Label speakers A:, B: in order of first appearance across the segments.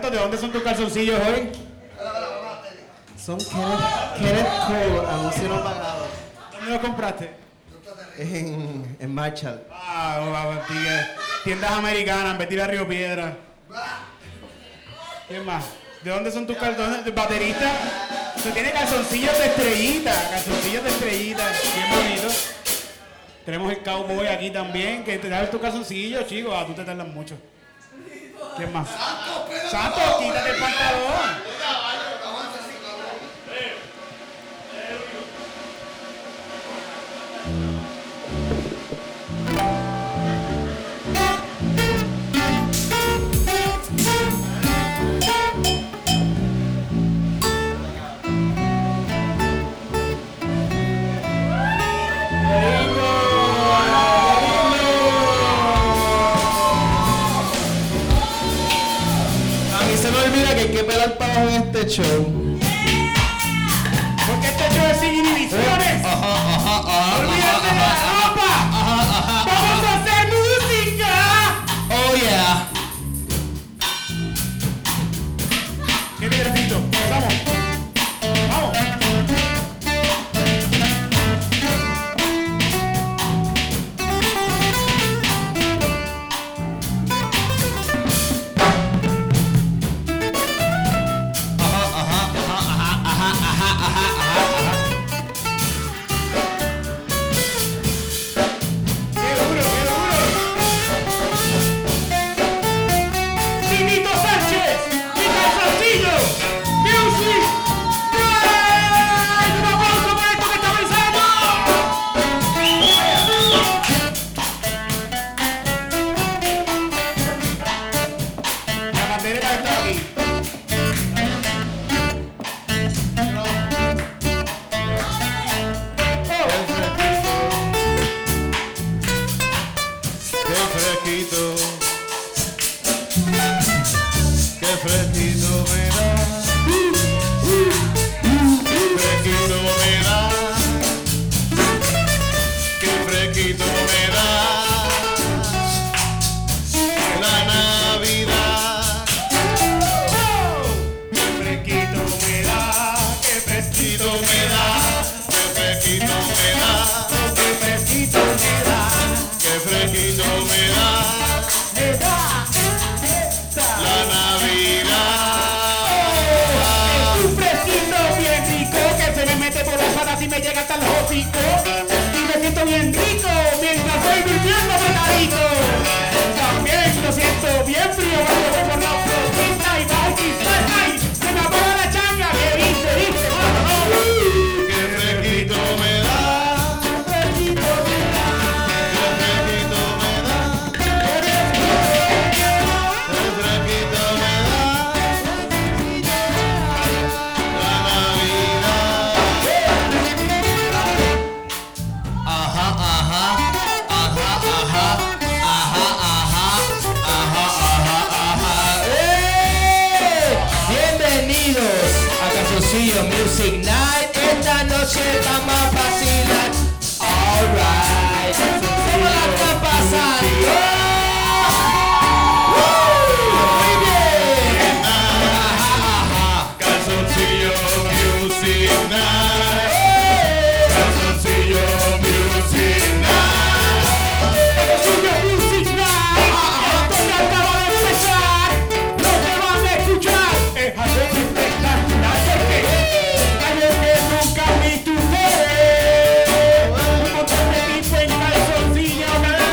A: Santos, ¿de dónde son tus calzoncillos hoy?
B: Son Kenneth Cole, anuncio no pagado.
A: ¿Dónde los compraste?
B: En Marshall.
A: Tiendas americanas, en vez de ir a Río Piedra. ¿Qué más? ¿De dónde son tus calzones? ¿De baterista? Usted tiene calzoncillos de estrellita. Calzoncillos de estrellita. Bien bonito. Tenemos el cowboy aquí también. Que te das tus calzoncillos, chicos. Tú te tardas mucho. ¿Quién más? Santos, quítate el pantalón.
B: Que hay que pelar para abajo en este show.
A: Porque este show es sin inhibiciones. Olvídate de la ropa. Vamos a hacer música.
B: Oh yeah.
A: ¿Qué necesito? Vamos. Vamos.
B: Music Night, esta noche vamos a vacilar. Alright, ¿cómo la está pasando? Muy bien.
A: Calzoncillo Music Night. Calzoncillo Music Night. Calzoncillo Music Night. Esto que acaba de empezar, lo que van a escuchar es algo espectacular. Algo que nunca vi tu ver. Un montón de tipo en calzoncillo me van a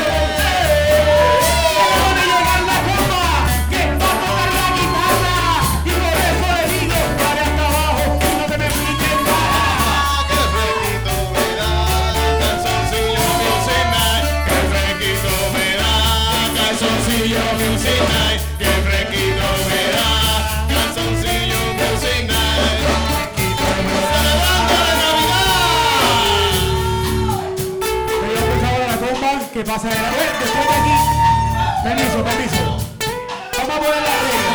A: llegar la copa que va a tocar la guitarra. Y por eso le digo, para hasta abajo y no te me expliques nada. Que fresquito me da calzoncillo Music Night. Que fresquito me da calzoncillo Music Night. Que fresquito me da calzoncillo Music Night. ¿Qué pasa? Después de aquí, permiso. Vamos a poner la regla.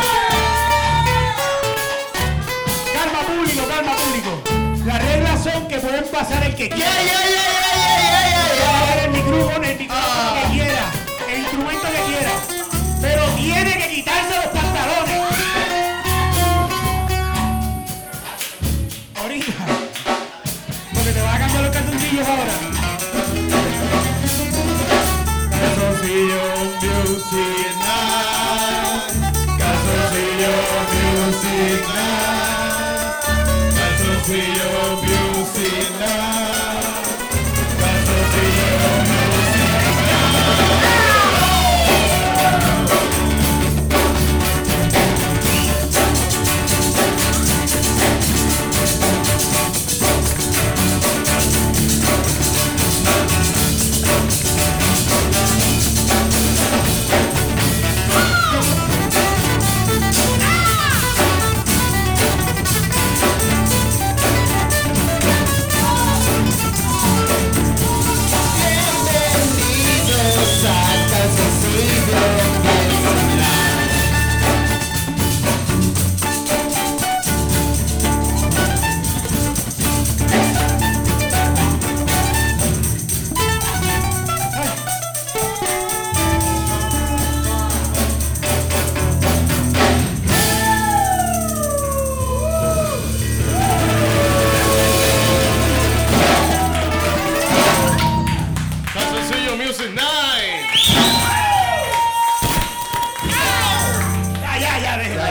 A: Calma público. Las reglas son que pueden pasar el que quiera. El micrófono que quiera, el instrumento que quiera. Pero tiene que quitarse los pantalones. Music Night. Calzoncillo Music Night. Calzoncillo Music
B: Bienvenidos al Calzoncillo Music Night.
A: Calzoncillo Music Night.
C: Ya, deja.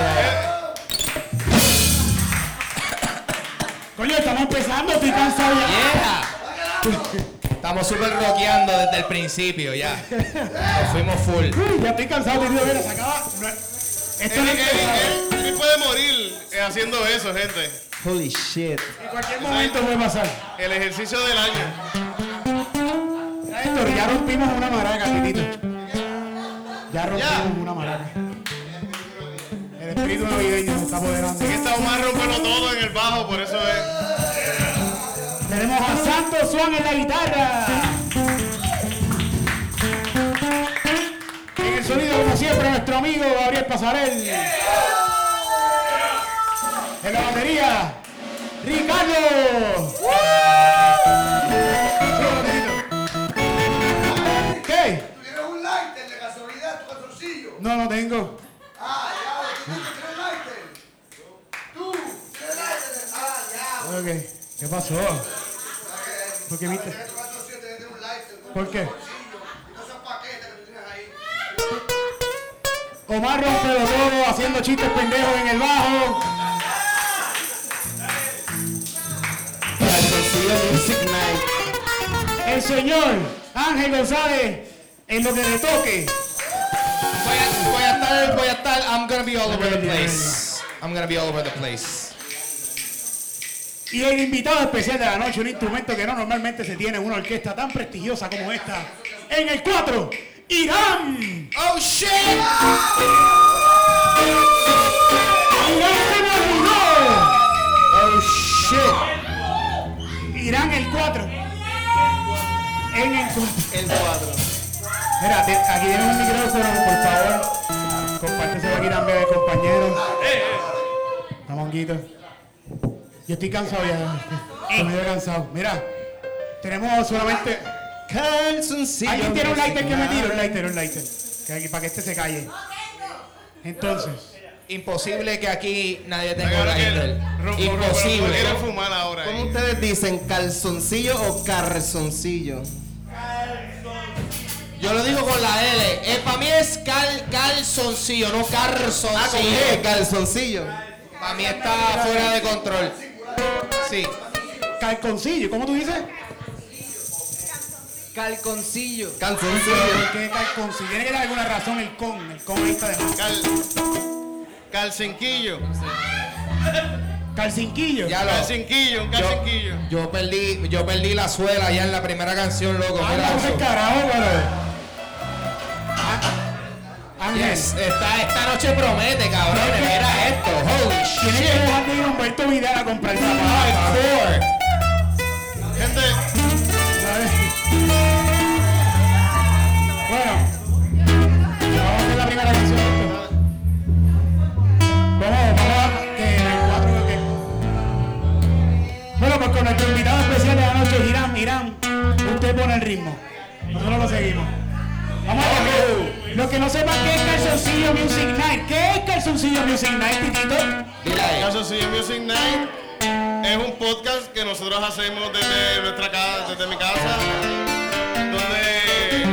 C: Coño, estamos empezando, estoy cansado ya.
B: Yeah. Estamos súper rockeando desde el principio ya. Nos fuimos full.
C: Ya estoy cansado, querido. Mira, se acaba. Esto no empezó.
A: Él puede morir haciendo eso, gente.
B: Holy shit.
C: En cualquier momento puede pasar.
A: El ejercicio del año.
C: Mira esto, ya rompimos una maraca, titito. Ya rompimos una maraca. El espíritu navideño se está apoderando.
A: En esta Omar romperlo todo en el bajo, por eso es.
C: Tenemos a Santos Swan en la guitarra. En el sonido, como siempre, nuestro amigo Gabriel Pasarel. En la batería, Ricardo. ¿Qué?
D: ¿Tú tienes un lighter de casualidad, tu calzoncillo?
C: No tengo.
D: Ah, ya, ¿tú tienes lighter? ¿Tú tienes lighter? Ah, ya.
C: Ok, ¿qué pasó? ¿Por qué viste?
D: Tu calzoncillo tiene que tener un lighter. con
C: ¿Por
D: un
C: qué?
D: bolsillo y todas esas paquetas que tú tienes ahí.
C: Omar Rompelo Todo haciendo chistes pendejos en el bajo.
B: Calzoncillo Music Night.
C: El señor Ángel González en lo que le toque.
B: Voy a estar, I'm gonna be all over the place. I'm gonna be all over the place.
C: Y el invitado especial de la noche, un instrumento que no normalmente se tiene en una orquesta tan prestigiosa como esta. En el 4, Irán.
B: Oh shit!
C: Irán se me olvidó.
B: Oh shit.
C: Irán el 4. En el 4.
B: El cuadro.
C: Mira, aquí tienes un micrófono, por favor. Compárteselo aquí también, compañero. Ramonguito. Yo estoy cansado ya. Estoy medio cansado. Mira, tenemos solamente.
B: Calzoncillo.
C: ¿Alguien tiene un lighter que me
B: Music
C: tire?
B: Night.
C: Un lighter. Para que este se calle. Entonces,
B: Imposible que aquí nadie tenga
A: Ahora
B: un
A: que
B: lighter.
A: quiere
B: Imposible.
A: fumar ahora.
E: ¿Cómo ustedes dicen? ¿Calzoncillo o calzoncillo?
B: Yo lo digo con la L. Para mí es calzoncillo, no
E: Ah, ¿con
B: calzoncillo.
E: qué? Calzoncillo.
B: Para mí está fuera de control. Sí.
C: calconcillo, ¿cómo tú dices?
E: Calzoncillo.
C: ¿Por qué calconcillo? Tiene que dar alguna razón el con ahí está de más.
A: Calcinquillo.
C: Calcinquillo.
B: Ya lo.
A: Calcinquillo, un calcinquillo.
B: Yo perdí la suela ya en la primera canción, loco.
C: Ah,
B: Mira
C: no,
B: eso.
C: qué carajo, pero. Ángel,
B: Yes, esta noche promete, cabrones. Mira esto. Holy
C: tiene que
B: shit.
C: dejar de ir a Humberto Vidal a comprar zapatos.
B: Hardcore.
A: Gente,
C: ¿Sabes? Bueno, vamos a hacer la primera canción de esto. Vamos a que en el 4 Bueno, pues con nuestro invitado especial de la noche, Irán, usted pone el ritmo. Nosotros lo seguimos. Vamos a ver. Los que no sepan qué es Calzoncillo Music Night. ¿Qué es Calzoncillo Music Night, Titito?
B: Dile ahí.
A: Calzoncillo Music Night es un podcast que nosotros hacemos desde nuestra casa, desde mi casa, donde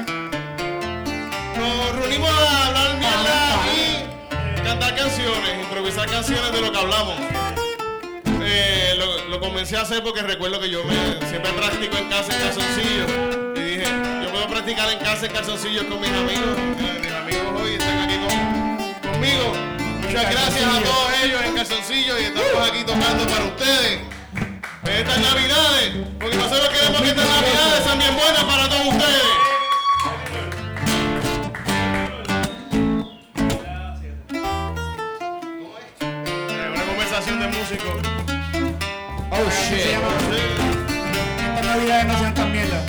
A: nos reunimos a hablar mierda y cantar canciones, comencé a hacer porque recuerdo que yo siempre practico en casa en calzoncillo. Y dije, yo puedo practicar en casa en calzoncillo con mis amigos. Mis amigos hoy están aquí conmigo. Muchas gracias a todos ellos en calzoncillo y estamos aquí tocando para ustedes. Estas navidades, porque nosotros queremos que estas navidades sean bien buenas para todos ustedes. Una conversación de músicos.
B: Oh shit.
C: Estas navidades no sean tan mierda.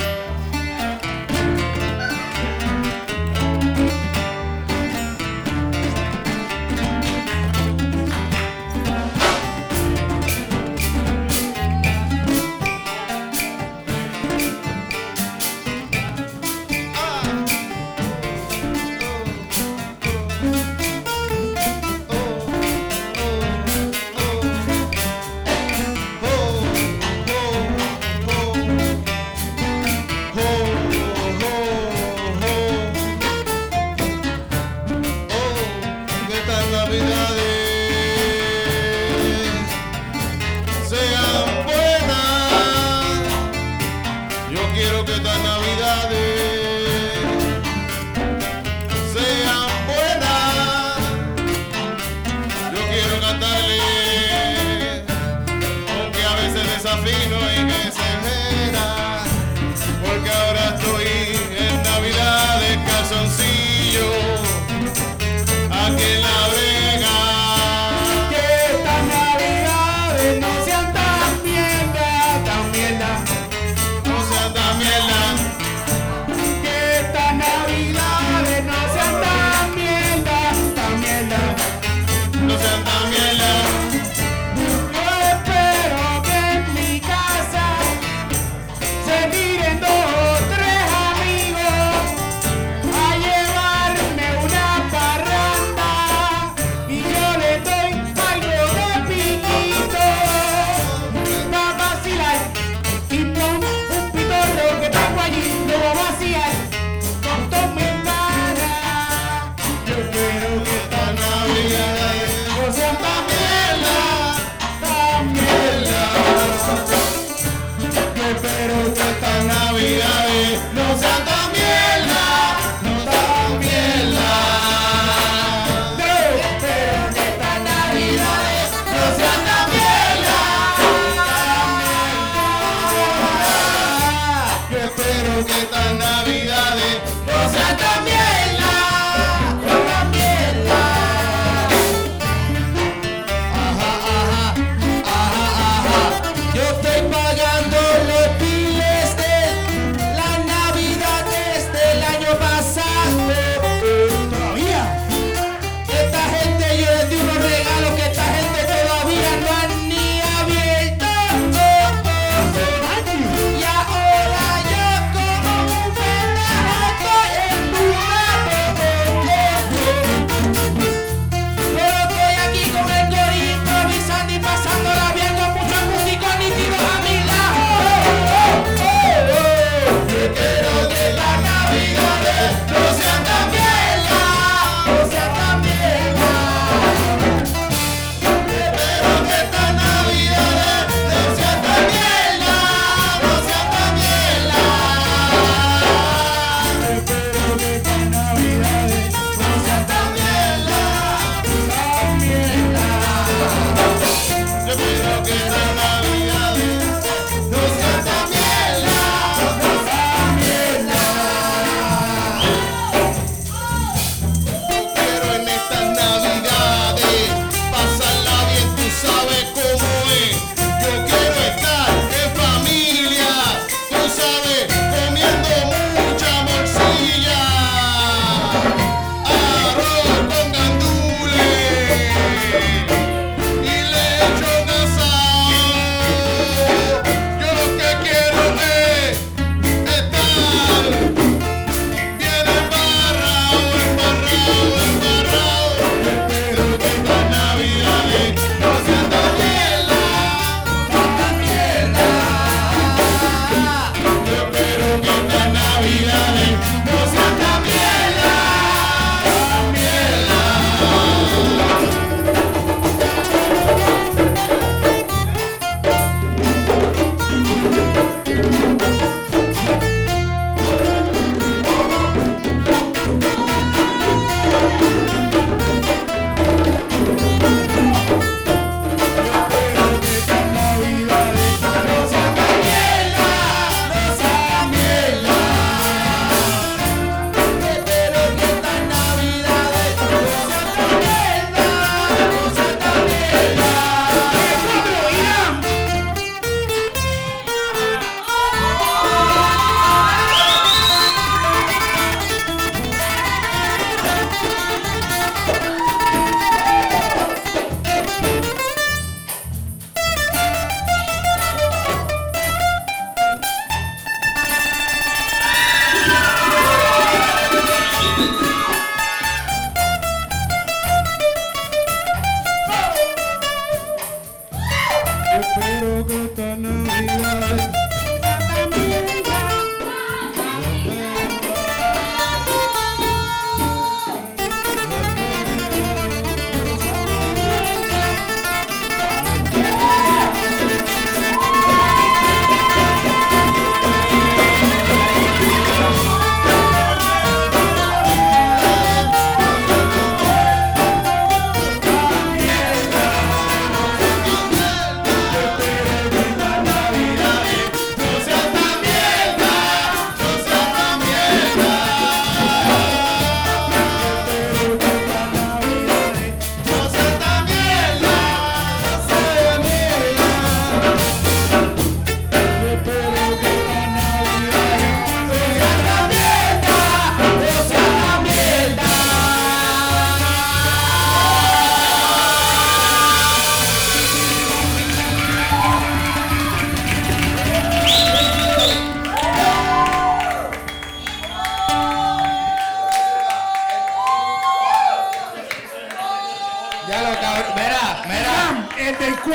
B: Y ahora yo como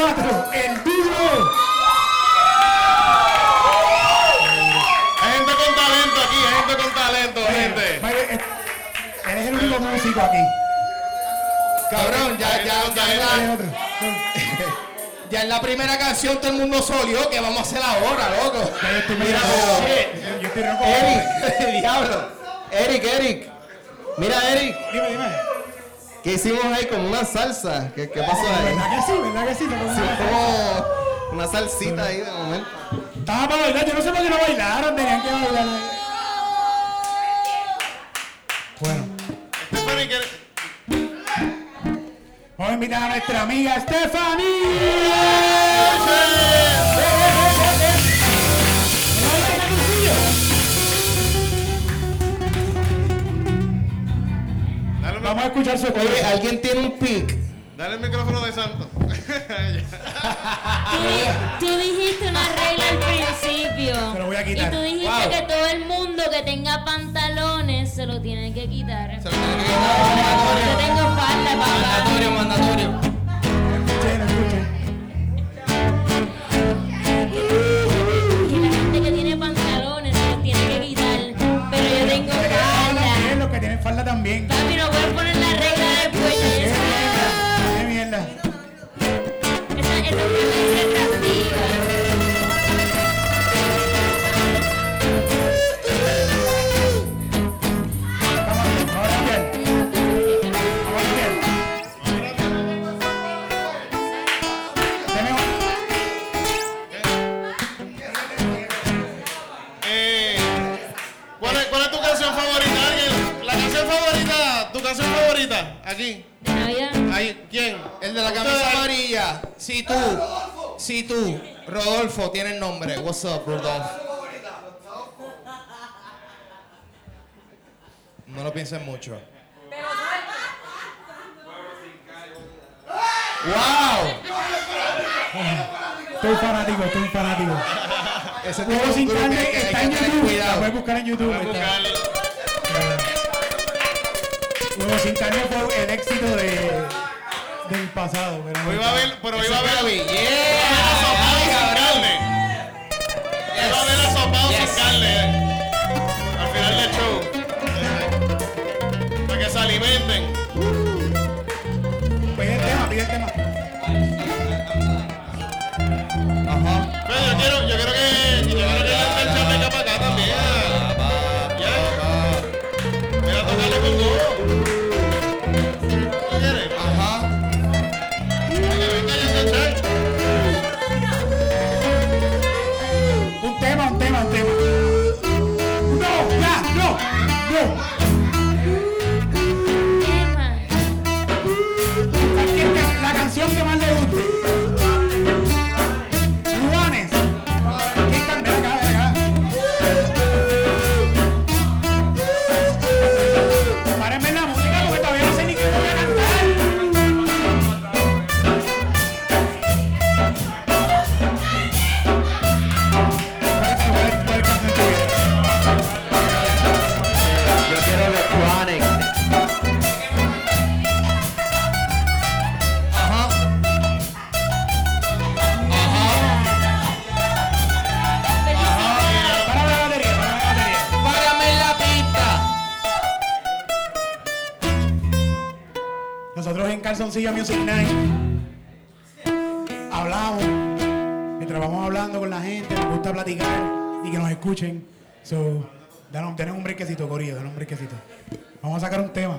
C: 4, el duro.
A: Hay gente con talento aquí, hay gente con talento, gente.
C: Eres el único músico aquí.
B: Cabrón, ya
C: Dale otro.
B: ya en la primera canción todo el mundo solió. ¿Qué vamos a hacer ahora, loco?
C: Ya yo estoy medio
B: Shit.
C: Yo estoy ronco.
B: Eric, diablo. Eric. Mira, Eric.
C: Dime.
E: ¿Qué hicimos ahí con una salsa? ¿Qué pasó ahí?
C: ¿Verdad que sí?
E: Sí, como una salsita ahí de momento.
C: Estaba para bailar, yo no sé por qué no bailaron, tenían que bailar. Bueno,
A: Stephanie, ¿qué?
C: vamos a invitar a nuestra amiga Stephanie.
A: Dale,
C: Vamos a escuchar su
E: Oye, ¿alguien tiene un pic?
A: dale el micrófono de Santo.
F: Tú dijiste una regla al principio.
C: Se lo voy a quitar.
F: Y tú dijiste
B: Wow.
F: que todo el mundo que tenga pantalones se lo tiene que quitar.
B: Se lo tiene que quitar.
F: Yo tengo falda, papá.
B: Mandatorio.
C: Escuchen.
F: Que la gente que tiene pantalones se los tiene que quitar. Pero yo tengo falda.
C: Los que tienen falda también.
F: Papi, no puedes poner la regla después de eso.
C: Qué mierda.
F: Esa falda es retractiva.
C: Ahora bien. Ahora bien. Deme
A: ¿Cuál es tu canción favorita? ¿Alguien? La canción favorita, tu canción favorita, aquí.
F: De Navidad.
A: Ahí, ¿quién?
B: El de la camisa amarilla. Si tú, Rodolfo, tiene el nombre. What's up, Rodolfo? No lo piensen mucho. ¡Wow!
C: Estoy fanático.
B: Ese
C: Huevo
B: tipo
C: sin
B: de
C: carne
B: que
C: está
B: hay
C: en
B: que tener
C: YouTube. La
B: cuidado.
C: puedes buscar en YouTube.
A: Vamos a
C: está.
A: buscarle.
C: Huevo sin carne fue el éxito del pasado. Pero
A: Hoy va a haber, pero hoy va a haber.
B: Yeah.
A: Asopado sin carne. Hoy va a haber asopado
B: Yes.
A: sin carne. Al final del show. Para que se alimenten.
C: Pide el tema.
B: Ajá.
A: Pero yo quiero que el chat venga para acá también. Ya. Mira, tocarle con todo. ¿Tú quieres?
B: Ajá.
A: Venga, ya está el chat.
C: Un tema. No.
F: Tema.
C: La canción que más le guste. Juanes. Ven acá. Párenme la música porque todavía no sé ni qué voy a cantar. ¿Cuál canción tú quieres?
E: Yo quiero electronic.
B: Ajá.
C: Para la batería.
B: Párame en la pista.
C: Nosotros en Calzoncillo Music Night hablamos, mientras vamos hablando con la gente, nos gusta platicar y que nos escuchen. So, denos un brequecito, Corillo, denos un brequecito. Vamos a sacar un tema.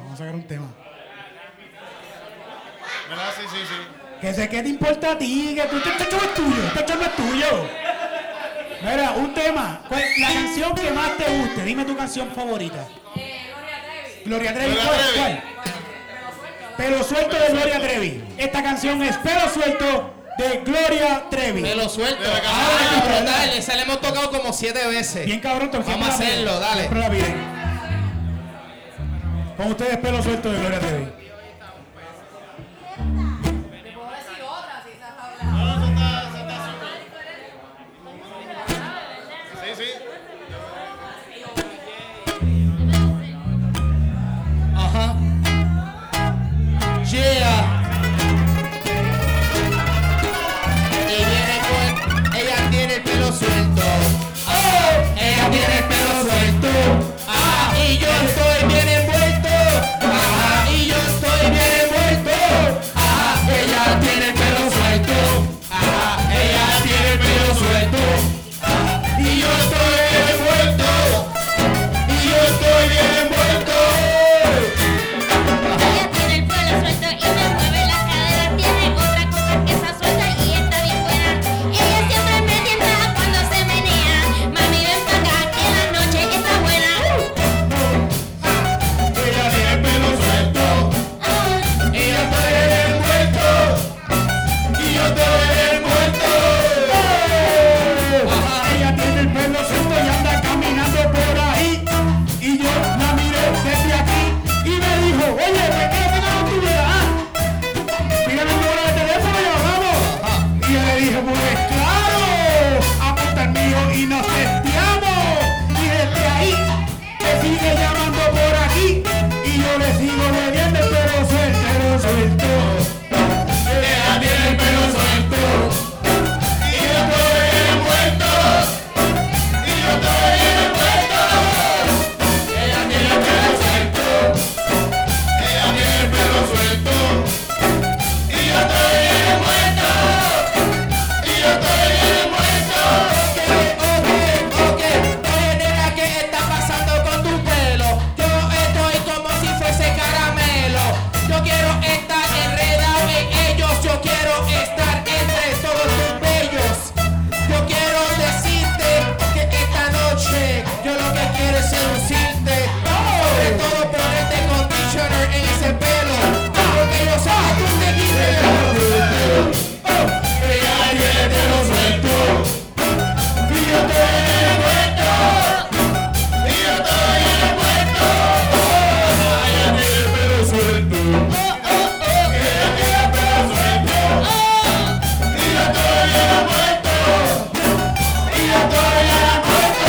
A: ¿Verdad? Sí.
C: Que sé que te importa a ti, que tú, este show es tuyo, este show no es tuyo. Mira, un tema, la canción que más te guste, dime tu canción favorita. Gloria Trevi. ¿Cuál? Pelo Suelto de Gloria Trevi. Esta canción es Pelo Suelto de Gloria Trevi.
B: Pelo suelto.
A: De la canción.
B: Ah, brutal. Esa le hemos tocado como 7 veces.
C: Bien cabrón,
B: Vamos a hacerlo, dale.
C: Siempre la piden. Con ustedes Pelo Suelto de Gloria Trevi.
A: Sí.
B: Ajá. Yeah.
C: que llamando por aquí y yo le sigo bebiendo el pelo suelto.
A: Ella tiene el pelo suelto y yo estoy envuelto. Y yo estoy envuelto. Ella tiene el pelo suelto. Ella tiene el pelo suelto. Y yo estoy envuelto. Y yo estoy envuelto.
B: Ok, oye nena, ¿qué está pasando con tu pelo? Yo estoy como si fuese caramelo. Yo quiero estar enredado en ellos. Yo quiero estar entre todos tus bellos. Yo quiero decirte que esta noche yo lo que quiero es seducirte. Sobre todo ponerte conditioner en ese pelo. Porque yo sé que tú te quieres.
A: Ella tiene el pelo suelto. Y yo estoy envuelto. Y yo estoy envuelto. Ella tiene el pelo suelto. Ella tiene el pelo suelto. Y yo estoy envuelto. Y yo estoy envuelto.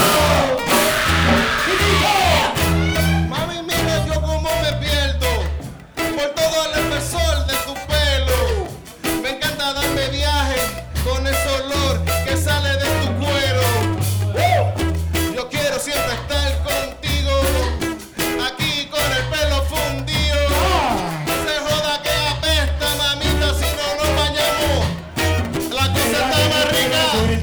D: Mami, mira yo como me pierdo por todo el espesor de tu pelo. Me encanta darme viaje con ese olor que sale de tu cuero. Yo quiero siempre estar contigo, aquí con el pelo fundido. No se joda que apesta, mamita, si no nos bañamos. La cosa está más rica.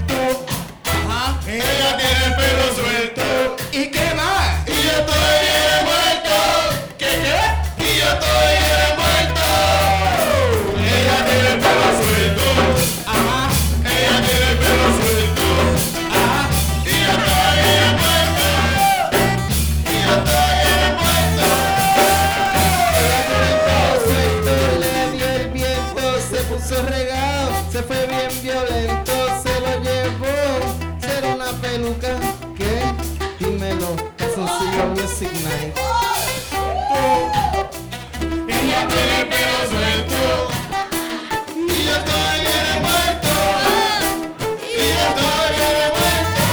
A: Ella tiene el pelo suelto.
B: ¿Y qué más?
A: Y yo estoy envuelto. ¿Qué? Y yo estoy envuelto. Ella tiene el pelo suelto.
B: Ajá,
A: Ella tiene el pelo suelto.
B: ajá.
A: Y yo estoy envuelto. Y yo estoy envuelto.
B: Suelto, le dio el viento, se puso regado, se fue bien violento, se lo llevó. Será una peluca, ¿qué? Dímelo, es un Silver Music Night.
A: Ella tiene el pelo suelto. Y yo estoy envuelto. Y yo estoy envuelto.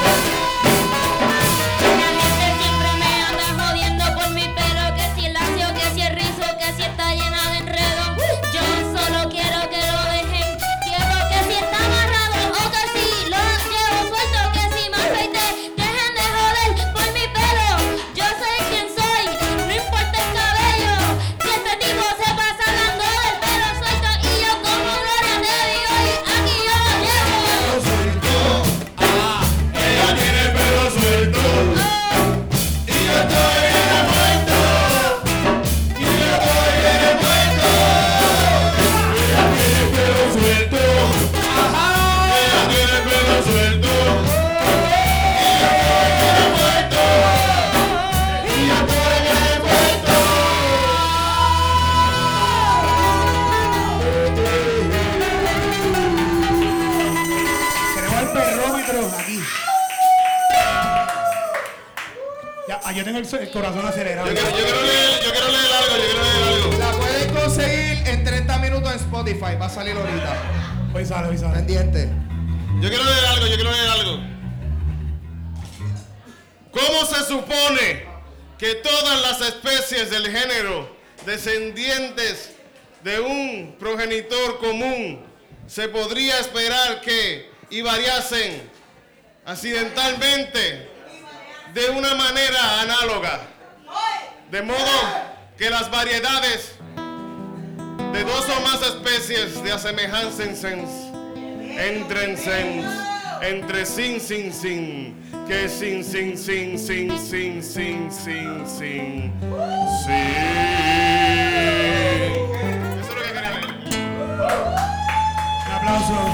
F: La gente siempre me anda jodiendo por mi pelo, que si el lacio, que si el rizo, que si está llena de enredo. Yo solo quiero que lo dejen quieto, que si está amarrado o que si lo llevo suelto, que si me afeité, dejen de joder por mi pelo. Yo sé quién soy, no importa el cabello. Si este tipo se pasa dando del pelo suelto y yo como Gloria te digo y aquí yo lo llevo.
A: Ella tiene el pelo suelto. Y yo estoy envuelto. Y yo estoy envuelto. Ella tiene el pelo suelto. Ella tiene el pelo suelto. Y yo estoy envuelto. Y yo estoy envuelto.
C: Tenemos el perrómetro aquí. Ya, yo tengo el corazón acelerado.
A: Yo quiero leer algo.
E: La pueden conseguir en 30 minutos en Spotify. Va a salir ahorita.
C: Hoy sale.
E: Pendiente.
A: Yo quiero leer algo. ¿Cómo se supone que todas las especies del género descendientes de un progenitor común se podría esperar que y variasen accidentalmente de una manera análoga? De modo que las variedades de dos o más especies de asemejanzas entre sin, que sin, sin. Eso es lo que quería leer.
C: Un aplauso.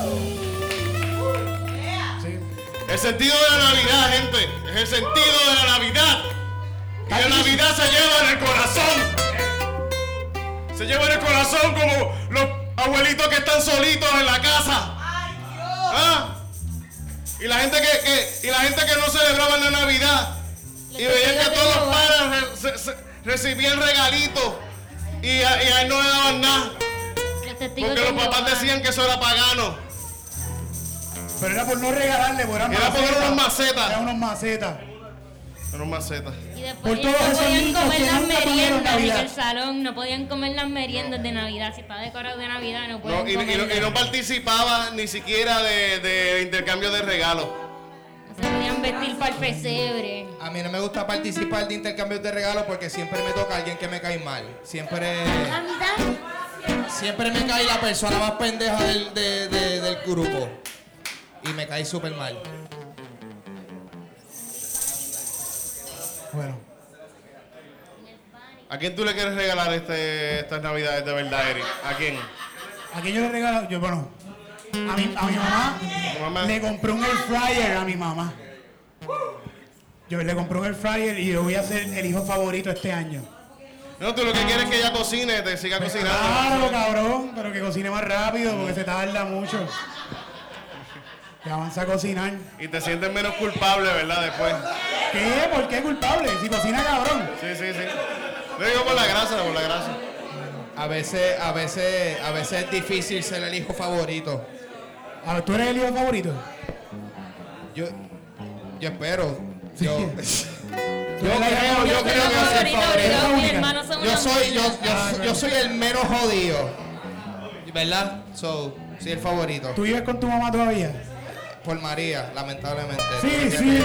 C: Sí.
A: El sentido de la Navidad, gente, es el sentido de la Navidad. Y la Navidad se lleva en el corazón. Se lleva en el corazón como los abuelitos que están solitos en la casa. ¿Ah? Y la gente que no celebraba la Navidad y veían que todos los padres recibían regalitos y a él no le daban nada. Porque los papás decían que eso era pagano.
C: Pero era por no regalarle, por
A: Era por unos macetas.
C: Eran unos macetas.
D: Unos macetas.
F: Y después
C: Por todos
F: no
C: esos
F: podían
C: niños
F: comer
C: que
F: las
C: nunca tuvieron
F: meriendas en
C: Navidad.
F: el salón, no podían comer las meriendas de Navidad. Si está decorado de Navidad, no
D: No,
F: pueden
D: y
F: comer.
D: no participaba ni siquiera de intercambio de regalos.
F: No se podían vestir para el pesebre.
B: A mí no me gusta participar de intercambios de regalos porque siempre me toca alguien que me cae mal. Siempre me cae la persona más pendeja del grupo. Y me cae súper mal.
C: Bueno,
D: ¿A quién tú le quieres regalar estas navidades de verdad, Eric? ¿A quién?
C: ¿a quién yo le regalo? Yo, bueno, a mi mamá
D: ¿Tu mamá?
C: le compré un air fryer a mi mamá. Yo le compré un air fryer y yo voy a ser el hijo favorito este año.
D: No, tú lo que quieres es que ella cocine, te siga cocinando.
C: Claro, cabrón, pero que cocine más rápido porque se tarda mucho. Que avanza a cocinar.
D: Y te sientes menos culpable, ¿verdad? Después.
C: ¿Qué? ¿Por qué culpable? Si cocina cabrón.
D: Sí. Lo digo por la grasa.
B: A veces es difícil ser el hijo favorito.
C: A ver, ¿tú eres el hijo favorito?
B: Yo espero. Yo
C: Tú eres la hija favorita.
B: yo creo que soy el favorito.
F: Mis hermanos son
B: Yo soy el menos jodido. ¿Verdad? Soy el favorito.
C: ¿Tú vives con tu mamá todavía?
B: Por María, lamentablemente.
C: Sí.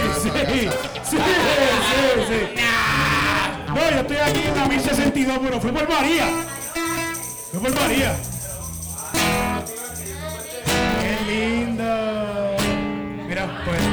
C: No, yo estoy aquí en la 1062, pero fue por María. Qué lindo. Mira, pues.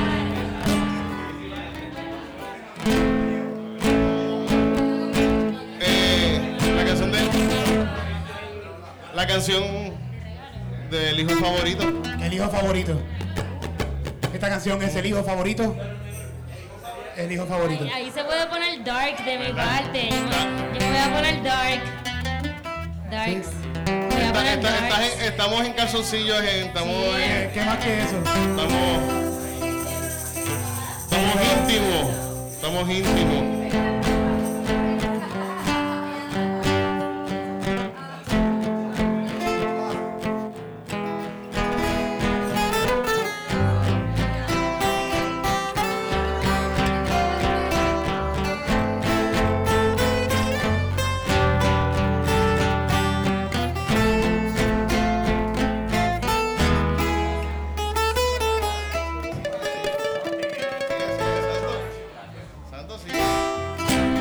D: La canción del hijo favorito.
C: El hijo favorito. Esta canción es el hijo favorito. El hijo favorito.
F: Ahí se puede poner dark de mi parte. Yo me voy a poner dark. Darks. Voy a poner darks.
D: Estamos en calzoncillos,
C: ¿Qué más que eso?
D: Estamos íntimos. Santo, sí.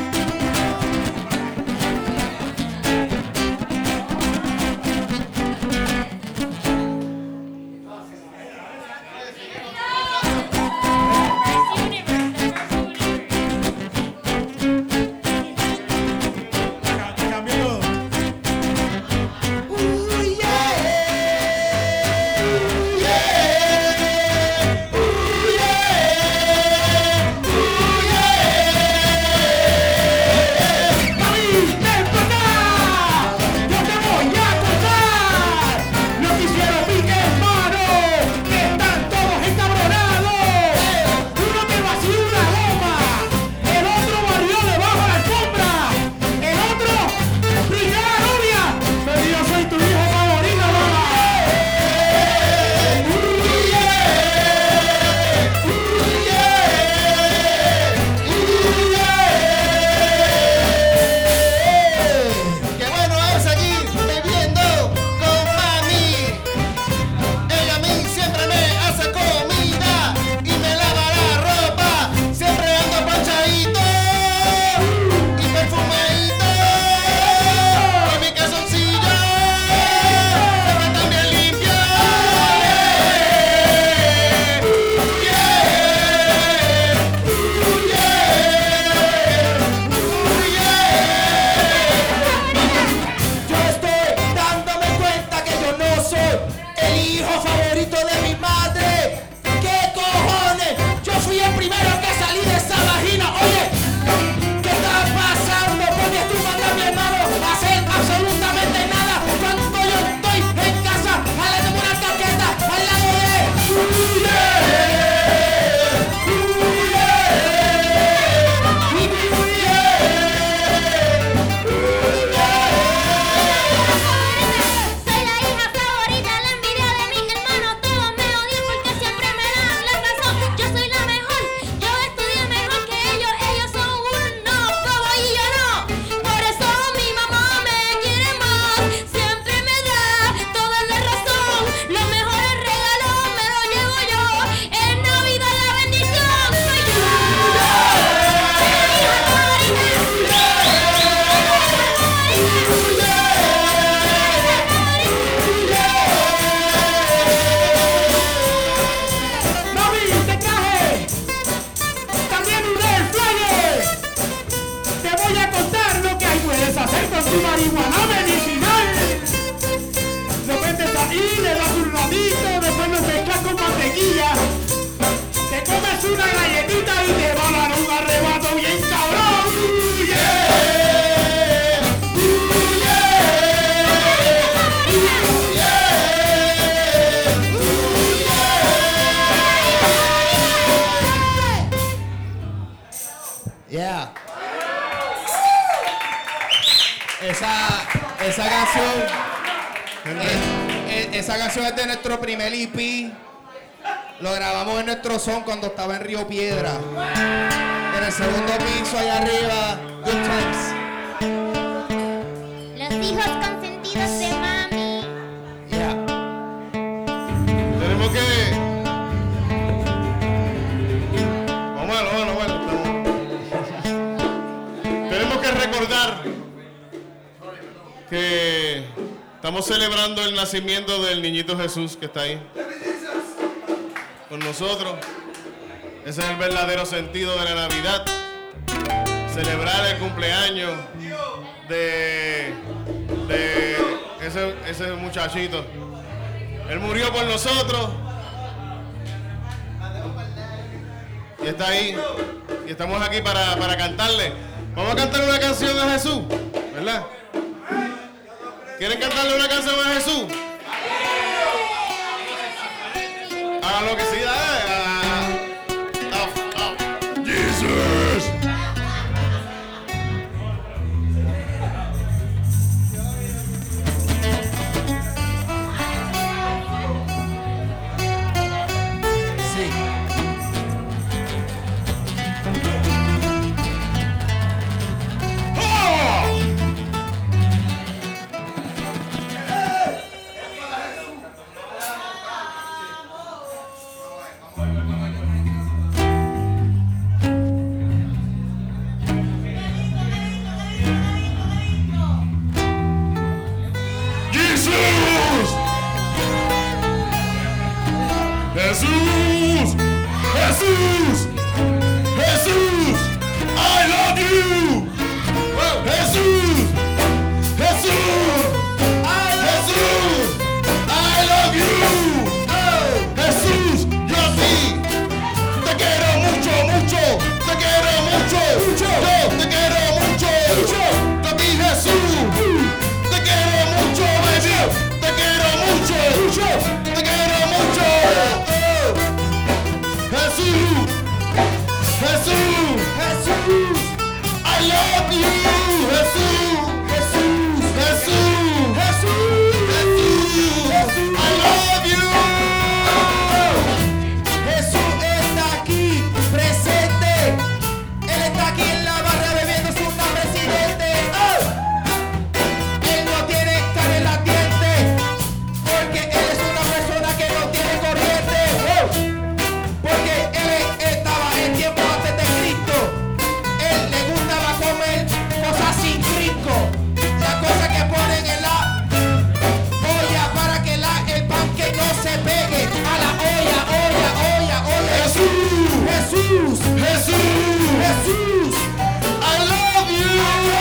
C: una galletita y te va a dar un arrebato bien cabrón.
B: Yeah. Esa canción es de nuestro primer EP. Lo grabamos en nuestro son cuando estaba en Río Piedra. En el segundo piso allá arriba. Good times.
F: Los hijos consentidos de mami.
B: Yeah.
D: Tenemos que... Bueno. Tenemos que recordar que estamos celebrando el nacimiento del niñito Jesús que está ahí con nosotros. Ese es el verdadero sentido de la Navidad. Celebrar el cumpleaños de ese muchachito. Él murió por nosotros. Y está ahí. Y estamos aquí para cantarle. Vamos a cantar una canción a Jesús, ¿verdad? ¿Quieren cantarle una canción a Jesús? Hagan lo que sí, Jesus.
B: Sí.
A: Jesús, Jesús, Jesús, I love you. Jesús, Jesús, Jesús, I love you. Jesús, yo a ti te quiero mucho, mucho, te quiero mucho, yo te quiero mucho, yo a ti Jesús, te quiero mucho, baby, te quiero mucho, te quiero mucho. Jesús, Jesús, Jesús, I love you, Jesús, Jesús, Jesús, Jesús, Jesús, I love you.
B: Jesús está aquí presente. Él está aquí en la barra bebiendo su presidente. Él no tiene cara en la diente porque él es una persona que no tiene corriente. Porque él estaba en tiempo antes de Cristo. Él le gustaba comer cosas sin crico. Las cosas que ponen en la olla para que el panque no se pegue a la olla.
A: Jesús,
B: Jesús,
A: Jesús,
B: Jesús,
A: I love you.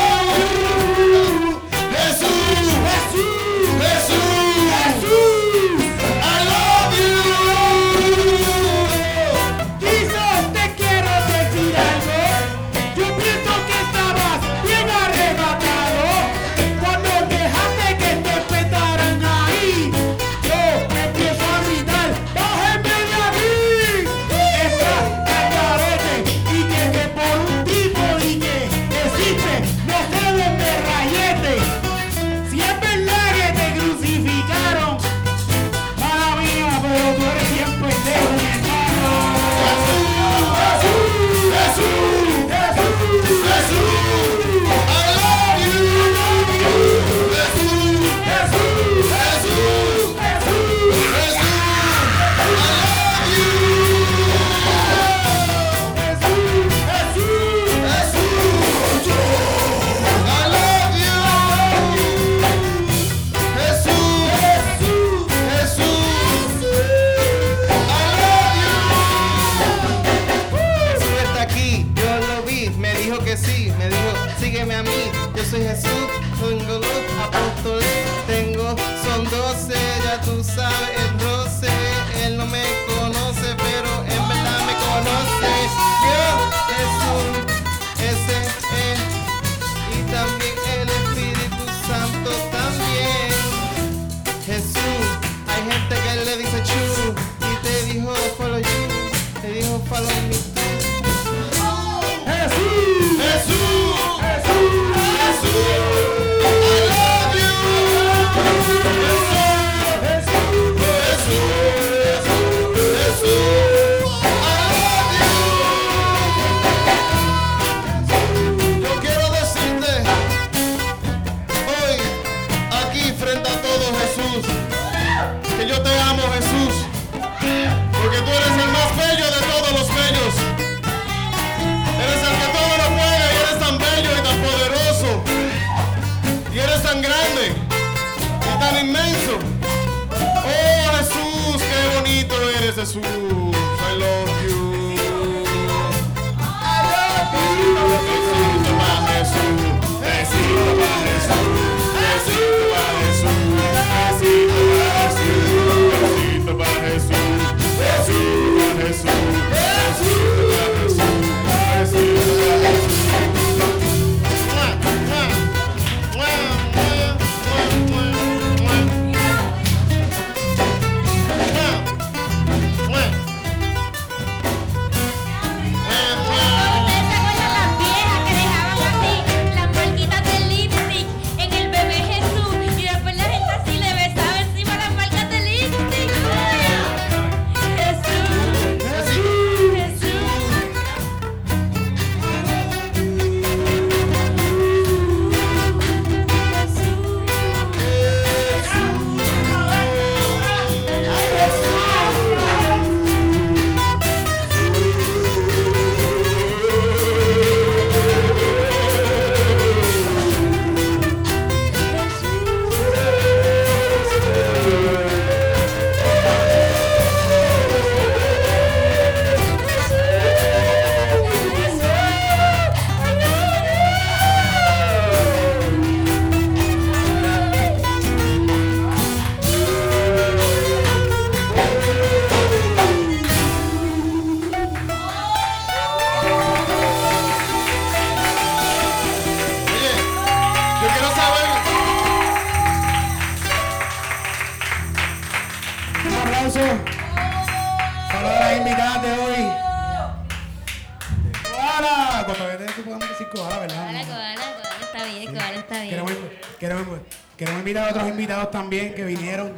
A: Jesús,
B: Jesús,
A: Jesús,
B: Jesús.
A: I love you.
C: Jesús, te quiero decir algo. Yo pienso que estabas bien arrebatado cuando dejaste que te petaran ahí. Yo me empiezo a gritar, bájenme de aquí. Estás al carete y que por un tipo y que existe no se ven de rayete. Si es verdad que te crucificaron, mala mía, pero tú eres bien pendejo, mi hermano.
A: Jesús, Jesús, Jesús, I love you. Jesús, Jesús, Jesús, Jesús, I love you. Jesús, Jesús, I love you. Jesús, Jesús, I love you.
E: Jesús está aquí, yo lo vi, me dijo que sí, me dijo, sígueme a mí, yo soy Jesús, tengo los apóstoles, son 12, ya tú sabes el roce, él no me conoce, pero en verdad me conoce. José, Dios, Jesús, ese es, y también el Espíritu Santo también. Jesús, hay gente que le dice chu y te dijo follow you, te dijo follow me.
A: Jesús,
D: Jesús,
A: Jesús,
D: Jesús, I love you.
A: Jesús,
D: Yo quiero decirte hoy, aquí frente a todos, Jesús, que yo te amo, Jesús, porque tú eres el más bello de todos los bellos. Eres el que todo lo puede y eres tan bello y tan poderoso. Y eres tan grande y tan inmenso. Oh, Jesús, qué bonito eres, Jesús. I love you. Besito pa' Jesús. Besito pa' Jesús. Besito pa' Jesús. Besito pa' Jesús. Besito pa' Jesús. Besito pa' Jesús. Besito pa' Jesús. Besito pa' Jesús.
F: ¿Ustedes se acuerdan las viejas que dejaban así las marquitas del lipstick en el bebé Jesús? Y después la gente así le besaba encima las marcas del lipstick. Jesús, Jesús.
D: Oye, yo quiero saber.
C: Un aplauso para las invitadas de hoy. Koala, cuando veas tú podemos decir koala, ¿verdad?
F: Koala, está bien, Koala está bien.
C: Queremos invitar a otros invitados también que vinieron.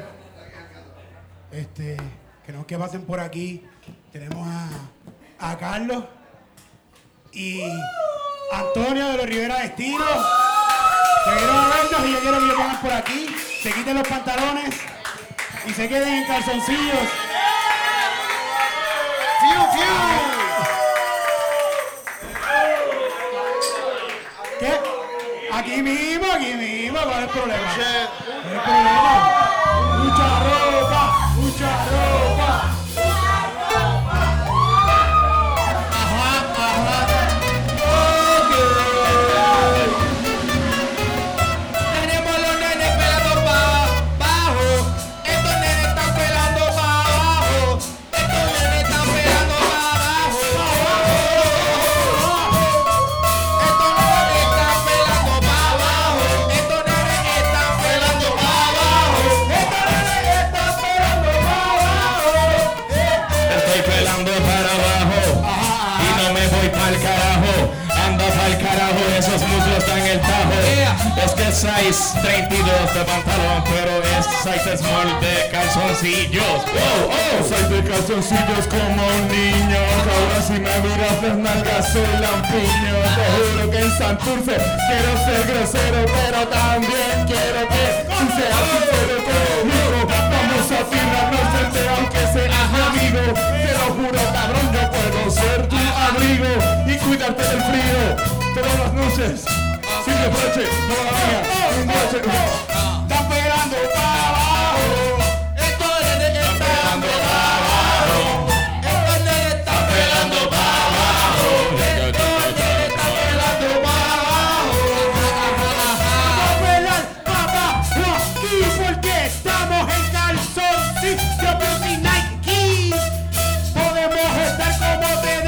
C: Queremos que pasen por aquí. Tenemos a Carlos y Antonio de los Rivera Destino. Que vinieron a vernos y yo quiero que lo pongan por aquí. Se quiten los pantalones y se queden en calzoncillos.
D: ¡Fiu, fiu!
C: ¿Qué? Aquí mismo, ¿cuál es el problema?
D: Che,
C: ¿Cuál es el problema? Mucha ropa, mucha ropa.
B: Tenemos los nenes pelando para abajo. Estos nenes están pelando para abajo. Estos nenes están pelando para abajo. Estos nenes están pelando para abajo. Estos nenes están pelando para abajo. Estos nenes están pelando para abajo.
A: estoy pelando para abajo y no me voy pa'l carajo. Anda pa'l carajo, esos muslos están en el tajo. Es que es size 32 de pantalón, pero es size small de calzoncillos. Oh, size de calzoncillos como un niño. Ahora si me miras las nalgas soy lampiño. Te juro que en Santurce quiero ser grosero, pero también quiero que tú seas sincero conmigo. Vamos a tirarnos frente aunque seas mi amigo. Te lo juro, cabrón, yo puedo ser tu abrigo y cuidarte del frío todas las noches. Sin reproche, no la mía, un noche.
C: Están pegando para abajo.
B: Estos nenes están pelando para abajo. Estos nenes están pelando para abajo. Estos nenes están pelando para abajo.
C: Vamos a pelar para abajo aquí porque estamos en calzoncillo. Pero sin Nike podemos estar como te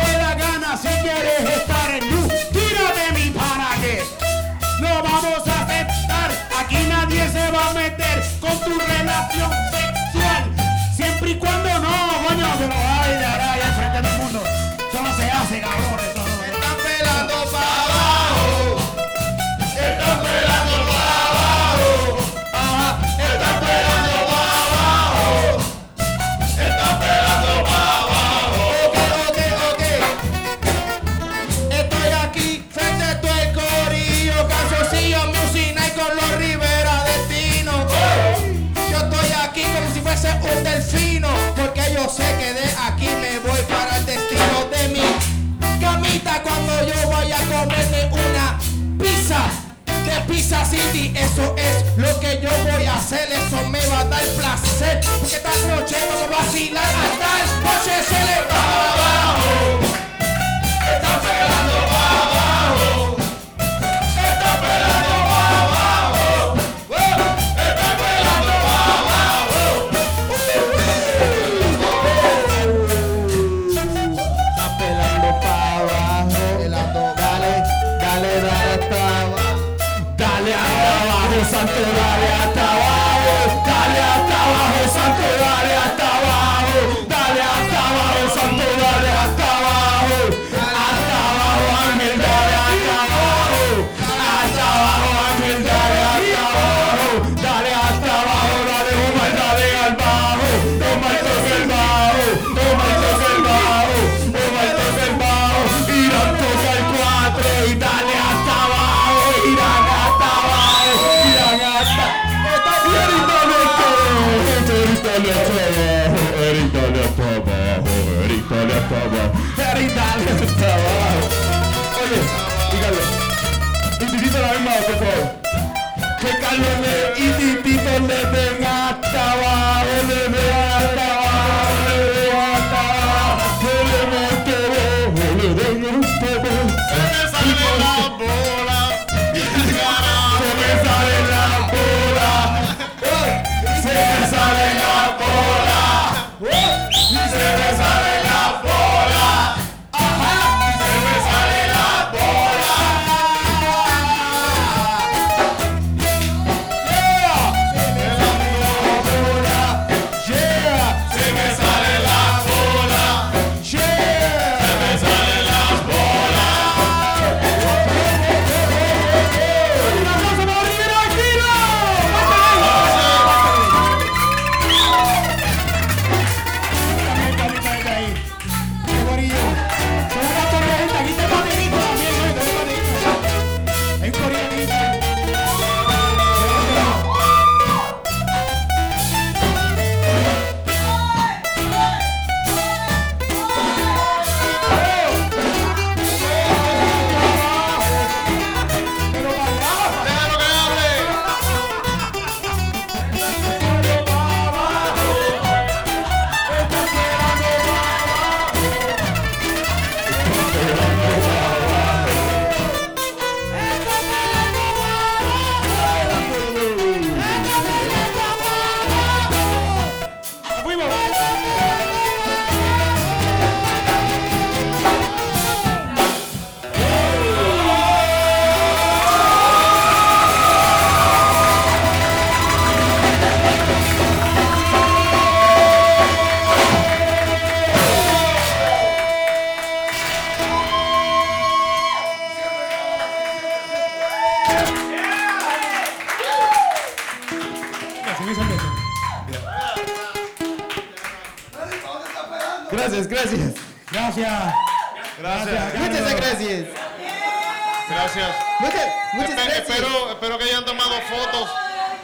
B: se quede aquí, me voy para el destino de mi camita cuando yo vaya a comerme una pizza de Pizza City. Eso es lo que yo voy a hacer, eso me va a dar placer, porque esta noche vamos a vacilar hasta la noche se le va abajo. Está pegando para abajo. Está pegando para abajo. Está pegando para abajo. Está pelando para abajo. Pelando, dale hasta abajo. Dale hasta abajo, santo, dale hasta abajo. Dale hasta abajo, santo, dale hasta abajo. Dale hasta abajo, santo, dale hasta abajo. Hasta abajo, ángel, dale hasta abajo. Hasta abajo, ángel, dale hasta abajo. Dale hasta abajo, dale Omar, dale al bajo. Omar toca el bajo, Omar toca el bajo, Omar toca el bajo. Irán toca el 4 y dale hasta abajo. Irán hasta abajo, Irán hasta Oye, dígale. Y Titito la misma, por favor. Que Carlos y Titito le den hasta abajo, le den hasta abajo, le den hasta abajo, le den hasta abajo, le den hasta abajo.
D: Se me salen las bolas.
B: Se me salen las bolas. Se me salen las bolas. Se me salen las bolas. Ajá. Se me salen las bolas. Yeah. Se me salen las bolas. Yeah. Se me salen las bolas. Un aplauso para Rivero Aquino.
D: Déjalo que hable.
E: Gracias.
C: Gracias.
D: Gracias.
E: Muchas gracias.
D: Gracias.
E: Muchas gracias.
D: Espero que hayan tomado fotos.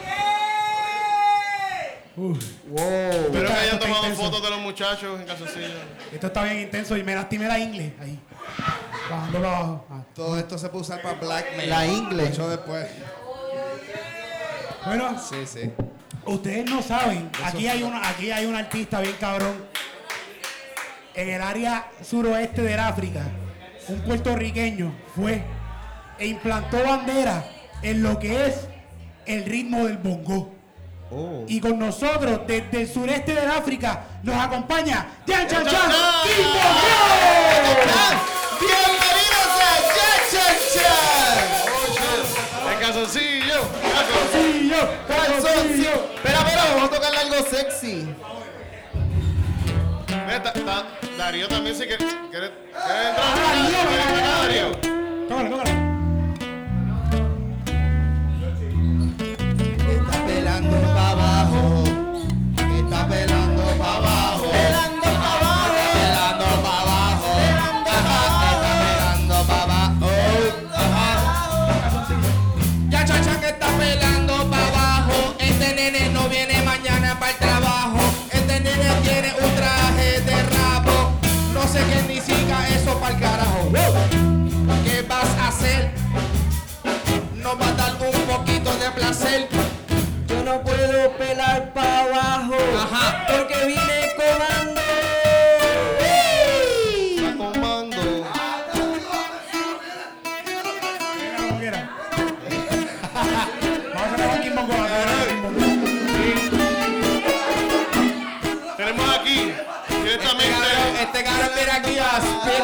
D: Espero que hayan tomado fotos de los muchachos en calzoncillos.
C: Esto está bien intenso y me lastimé la ingle ahí. Bajándolo abajo.
G: Todo esto se puede usar para blackmail.
E: La ingle.
G: Mucho después.
C: Bueno,
G: Sí.
C: ustedes no saben, aquí hay un artista bien cabrón. En el área suroeste del África, un puertorriqueño fue e implantó bandera en lo que es el ritmo del bongo. Y con nosotros, desde el sureste del África, nos acompaña Yan Chan Chan y
E: Bienvenidos a Yan Chan Chan.
D: En calzoncillo.
E: Calzoncillo. Espera, vamos a tocarle algo sexy.
D: Darío también si quiere entrar.
C: Darío. Tócalo.
E: Está pelando para abajo. Está pelando para abajo. Pelando para abajo. Pelando para abajo. Ajá, está pelando para abajo. Ajá.
B: Ya Chachan está pelando para abajo. Este nene no viene mañana para el trabajo. Este nene tiene un traje
C: como quiera. Vamos a hacer a Kimbongo, vamos a hacer a Kimbongo.
D: Tenemos aquí directamente.
B: Este cabrón viene aquí a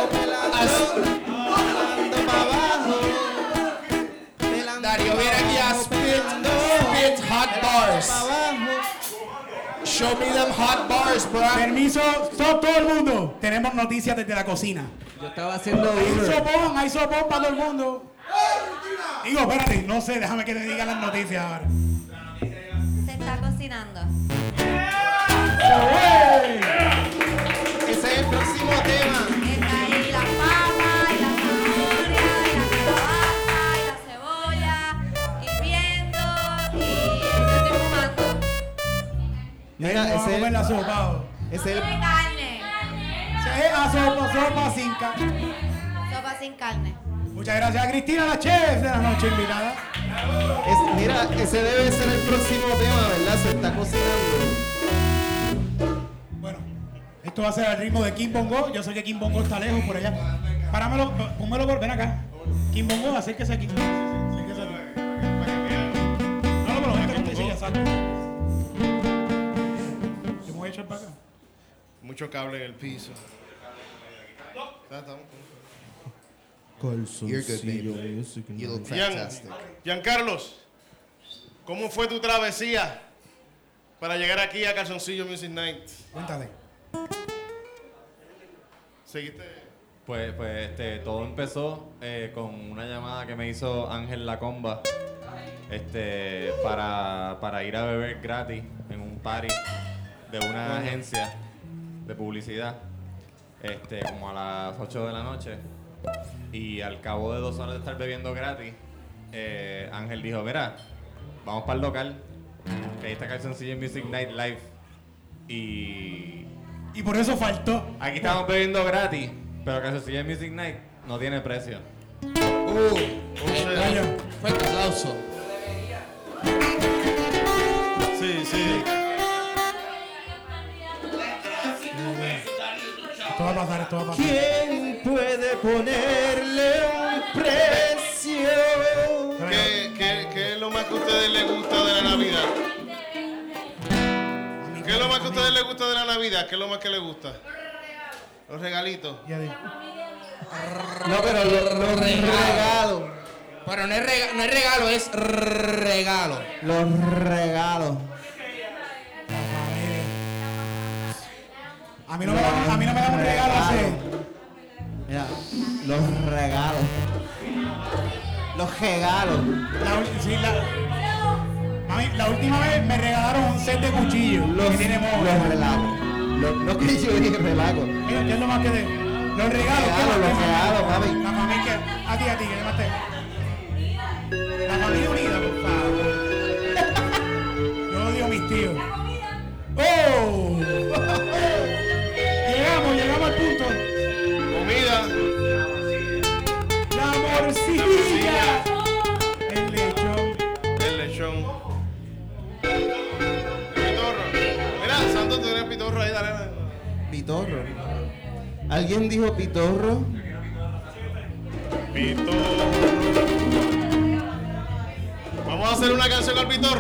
B: Darío viene aquí a spit hot bars. Show me them hot bars, bro.
C: Permiso, todo el mundo. Tenemos noticias desde la cocina.
E: Yo estaba haciendo
C: Hay sopón para todo el mundo. Digo, espérate, no sé, déjame que te digan las noticias ahora.
F: Se está cocinando.
E: Ese es el próximo tema.
F: Está ahí la papa, y la zanahoria, y la calabaza, y la cebolla, hirviendo, y yo estoy fumando.
E: Mira,
C: Vamos a comer la sopa.
E: ese es el
F: De carne.
C: Sopa sin carne.
F: Sopa sin carne.
C: Muchas gracias a Cristina, la chef de la noche invitada.
E: mira, ese debe ser el próximo tema, ¿verdad? Se está cocinando.
C: Bueno, esto va a ser al ritmo de Kimbongo. Yo sé que Kimbongo está lejos por allá. Páramelo, pónmelo ven acá. Kimbongo, acérquese aquí. Acérquese aquí. No, pero vente con tu silla, exacto. Yo me voy a echar para acá.
D: Mucho cable en el piso.
G: You're good, baby. You look fantastic.
D: Giancarlos, ¿cómo fue tu travesía para llegar aquí a Calzoncillo Music Night?
C: Cuéntale.
D: ¿Seguiste?
H: Pues todo empezó con una llamada que me hizo Ángel La Comba para ir a beber gratis en un party de una agencia de publicidad como a las 8 de la noche. Y al cabo de 2 horas de estar bebiendo gratis, Ángel dijo, mira, vamos para el local, que ahí está Calzoncillo Music Night Live.
C: Y por eso faltó.
H: Aquí estamos bebiendo gratis, pero Calzoncillo Music Night no tiene precio.
B: Fuerte aplauso.
D: Sí, sí.
C: Esto va a pasar, esto va a pasar.
E: ¿Quién puede ponerle un precio?
D: ¿Qué es lo más que a ustedes les gusta de la Navidad? ¿Qué es lo más que a ustedes les gusta de la Navidad? ¿Qué es lo más que les gusta? Los regalitos.
C: Ya di.
E: No, pero los regalos.
B: Pero no es regalo, es regalo.
E: Los regalos.
C: A mí no me dan un regalo así.
E: Mira, los regalos. Los regalos.
C: Mami, la última vez me regalaron un set de cuchillos. Que tiene moho.
E: Los relajos. No que yo dije relajo.
C: Mira, ¿qué es lo más que de? Los regalos.
E: Los regalos, mami.
C: La familia, a ti, que más te. La familia unida, por favor. Yo odio a mis tíos. ¡Oh! Llegamos al punto.
D: Comida.
C: La morcilla. El lechón.
D: El lechón. El pitorro. Mira, Santo, tú tienes pitorro ahí, dale.
E: Pitorro. ¿Alguien dijo pitorro?
D: Pitorro. Vamos a hacer una canción al pitorro.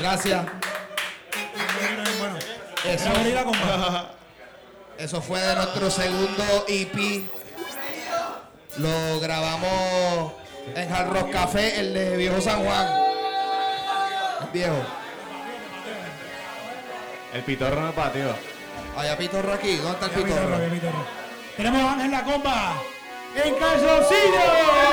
E: Gracias. Eso fue de nuestro segundo EP. Lo grabamos en Hard Rock Café, el de Viejo San Juan. El viejo.
H: El pitorro en el patio.
E: Hay pitorro aquí. ¿Dónde está el pitorro?
C: Tenemos a Ángel La Comba en calzoncillo.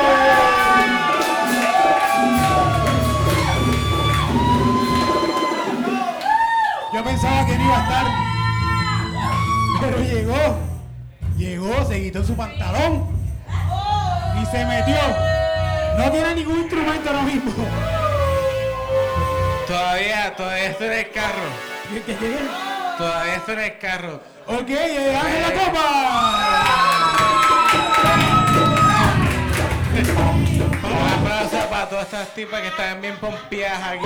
C: Yo pensaba que no iba a estar, pero llegó, se quitó su pantalón y se metió. No tiene ningún instrumento ahora mismo.
B: Todavía estoy en el carro.
C: ¿Qué?
B: Todavía estoy en el carro.
C: Ok, Ángel La Comba.
B: Un aplauso para todas estas tipas que están bien pompeadas aquí.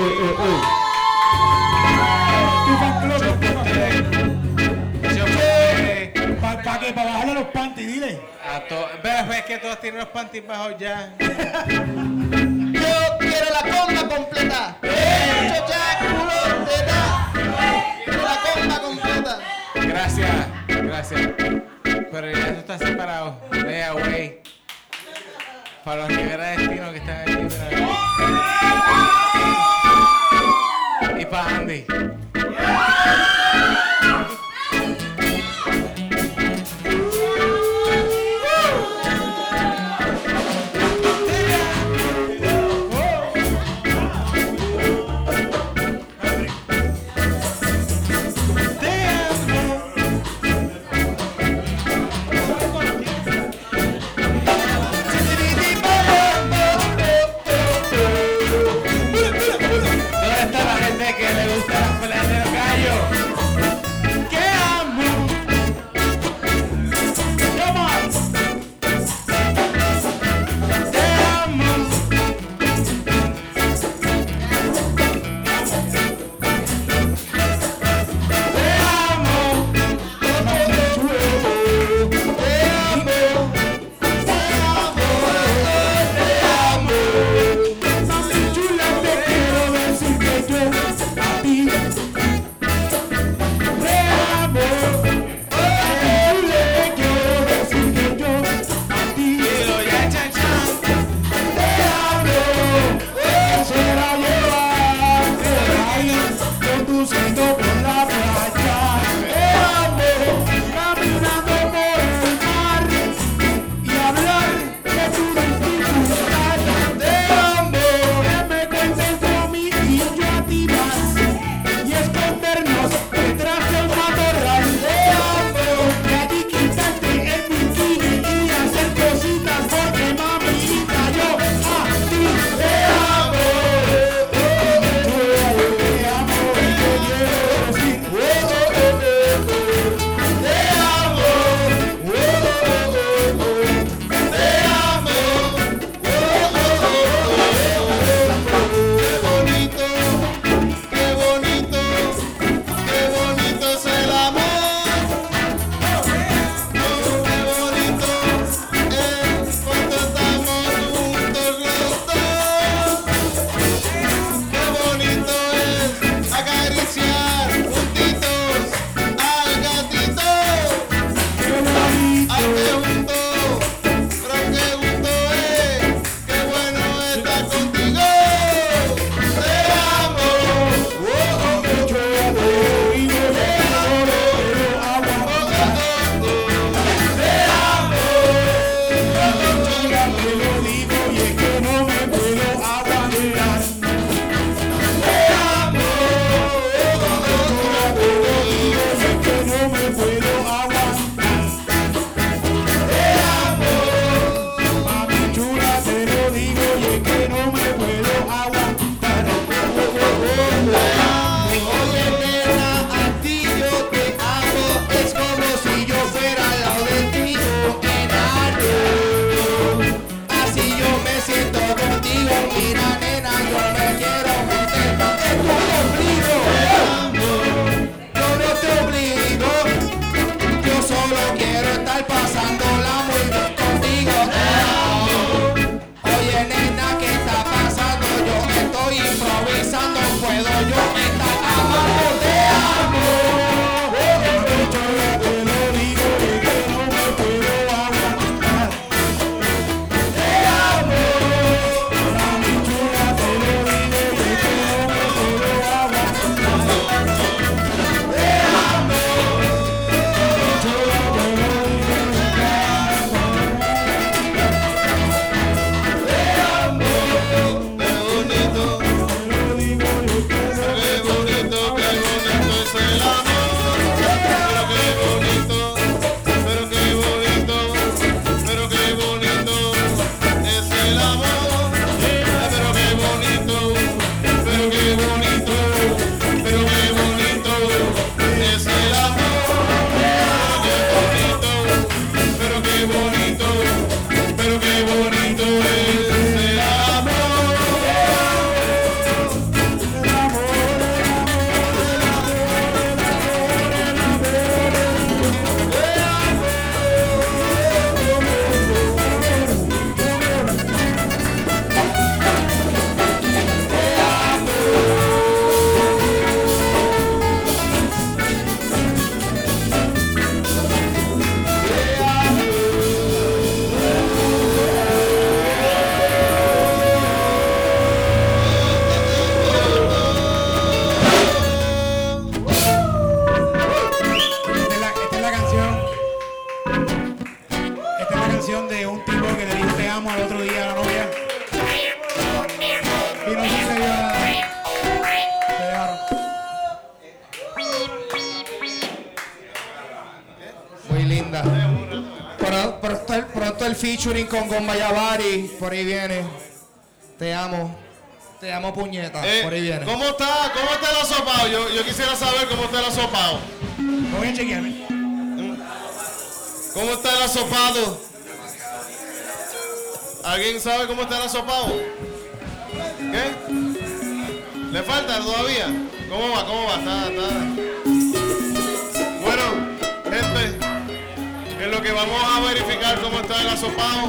C: ¿Para qué? Para bajarle los panties, dile.
B: Ves que todos tienen los panties bajos ya.
E: Yo quiero la comba completa. Chocha, culo, teta. Quiero la comba completa.
B: Gracias. Pero ya eso está separado. Lay away. Para los Rivera Destino que están aquí. Y para Andy. featuring con Gomba Yavari. Por ahí viene. Te amo. Te amo, puñeta. Por ahí viene.
D: ¿Cómo está el asopado? Yo quisiera saber cómo está el asopado.
C: Voy a chequearme.
D: ¿Cómo está el asopado? ¿Alguien sabe cómo está el asopado? ¿Qué? ¿Le falta todavía? ¿Cómo va? Está. Bueno, gente, en lo que vamos a verificar cómo está el asopado,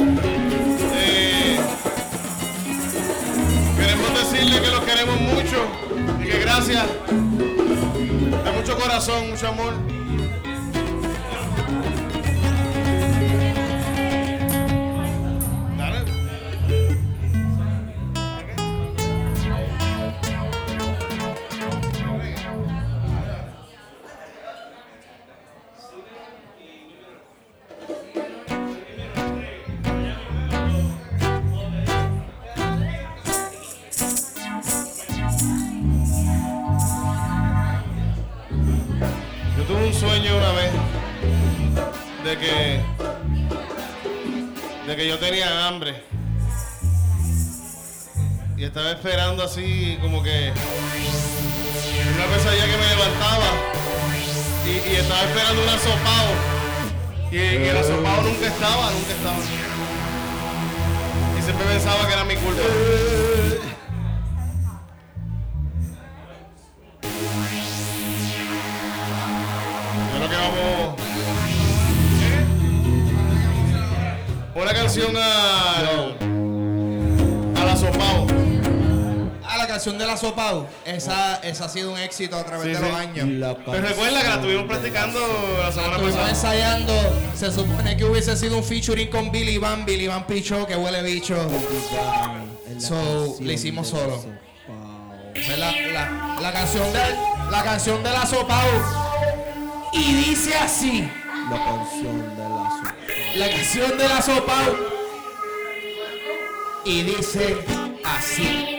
D: queremos decirle que los queremos mucho y que gracias, de mucho corazón, mucho amor. Tuve un sueño una vez de que yo tenía hambre y estaba esperando así como que una pesadilla que me levantaba y estaba esperando un asopado y el asopado nunca estaba y siempre pensaba que era mi culpa. Que vamos una canción al asopado.
B: La canción del asopado. Esa ha sido un éxito a través de los años.
D: Pero recuerda que la estuvimos practicando la semana pasada.
B: Ensayando. Se supone que hubiese sido un featuring con Billy Van Pichó, que huele bicho. So, le hicimos solo. La canción del asopado. Y dice así. La canción del asopao. Y dice así.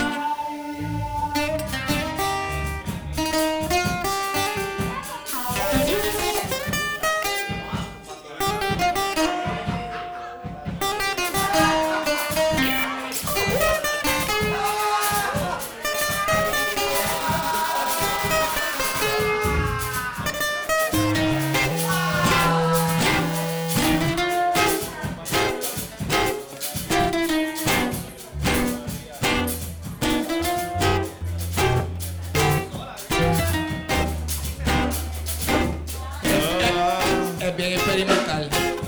B: Bien experimental.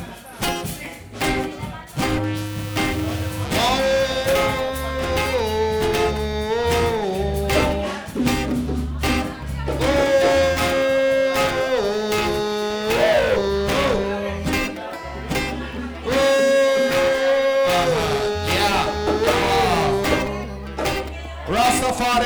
B: Rastafari.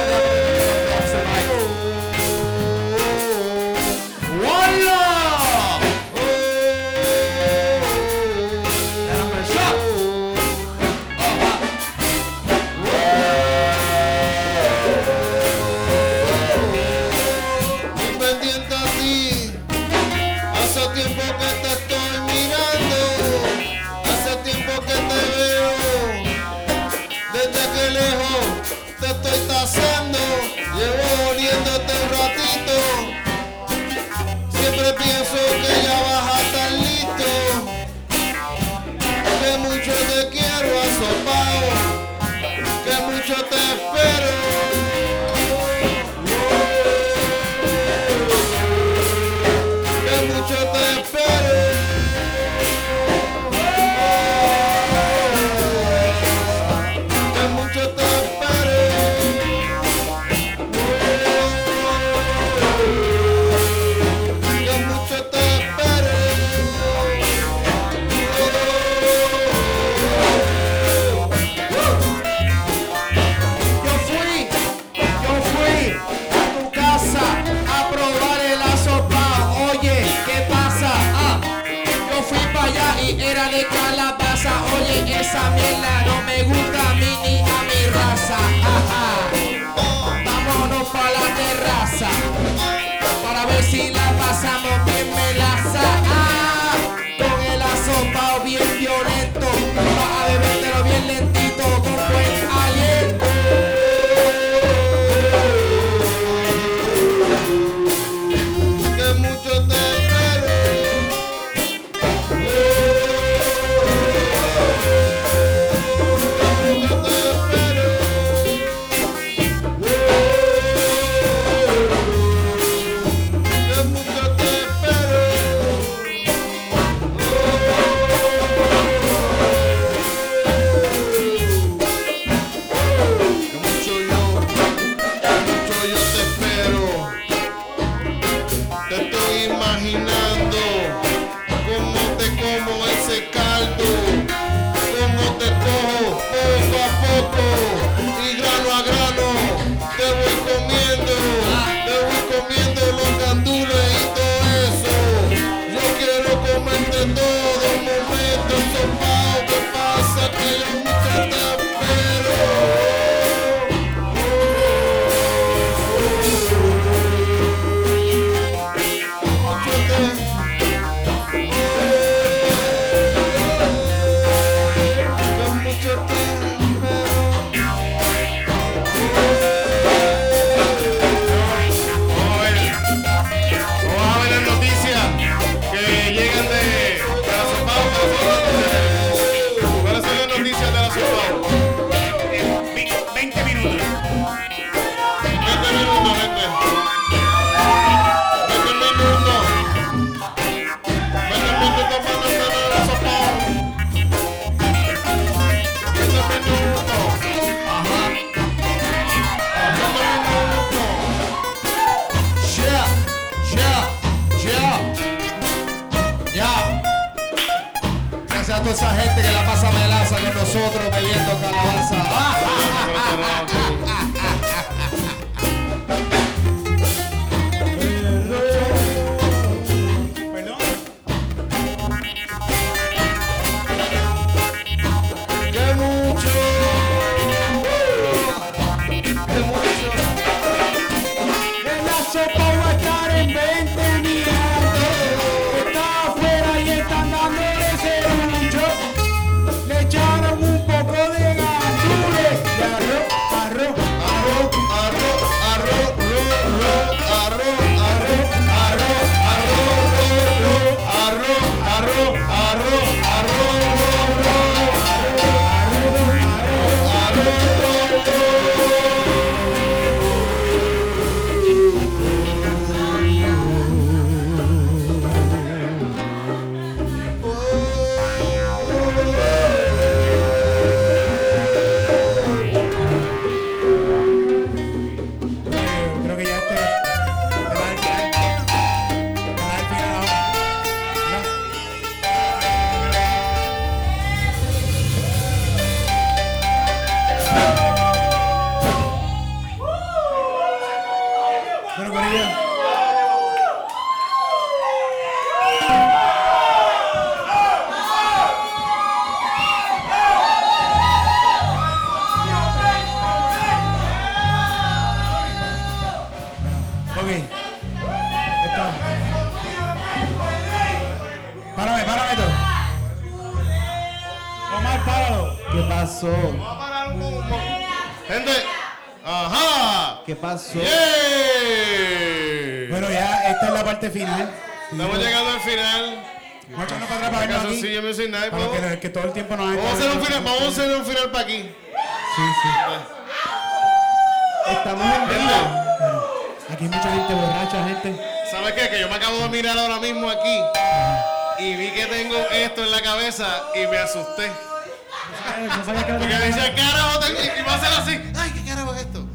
D: Llevo oliéndote un ratito. Siempre pienso que ya vas a estar listo. Que mucho te quiero asopao, que mucho te espero. Que mucho te espero. Que mucho te espero.
B: Era de calabaza, oye, esa mierda no me gusta a mí ni a mi raza. Ajá. Vámonos pa' la terraza para ver si la pasamos bien melaza. Con el asopao bien
E: Gracias a toda esa gente que la pasa melaza con nosotros bebiendo calabaza.
C: Perdón.
E: ¡Qué mucho! ¡Qué mucho!
C: En la sopa va a estar en 20 mierda. Está afuera y están dándole serrucho. Le echaron un poco de gandules y arroz, arroz, arroz, arroz, arroz, arroz, arroz, arroz, arroz, arroz, arroz, creo que ya este va al final. Va al final ahora. Bueno, corillo. Ok. Esto. Párame todo. Omar, páralo.
E: ¿Qué pasó?
D: Vamos a parar un poco. Gente. Ajá.
E: ¿Qué pasó?
D: ¡Yeah!
C: Bueno, ya esta es la parte final.
D: Estamos llegando al final.
C: Vamos a echarnos para atrás para vernos aquí.
D: Calzoncillo Music Night.
C: Para
D: Vamos
C: que todo el tiempo nos
D: a hacer un final. Vamos a hacer un final para aquí.
E: Estamos en vivo.
C: Aquí hay mucha gente borracha, gente.
D: ¿Sabes qué? Que yo me acabo de mirar ahora mismo aquí y vi que tengo esto en la cabeza y me asusté.
C: No sabía que era
D: Porque decía, carajo, y va a ser así. Ay, ¿qué carajo es esto?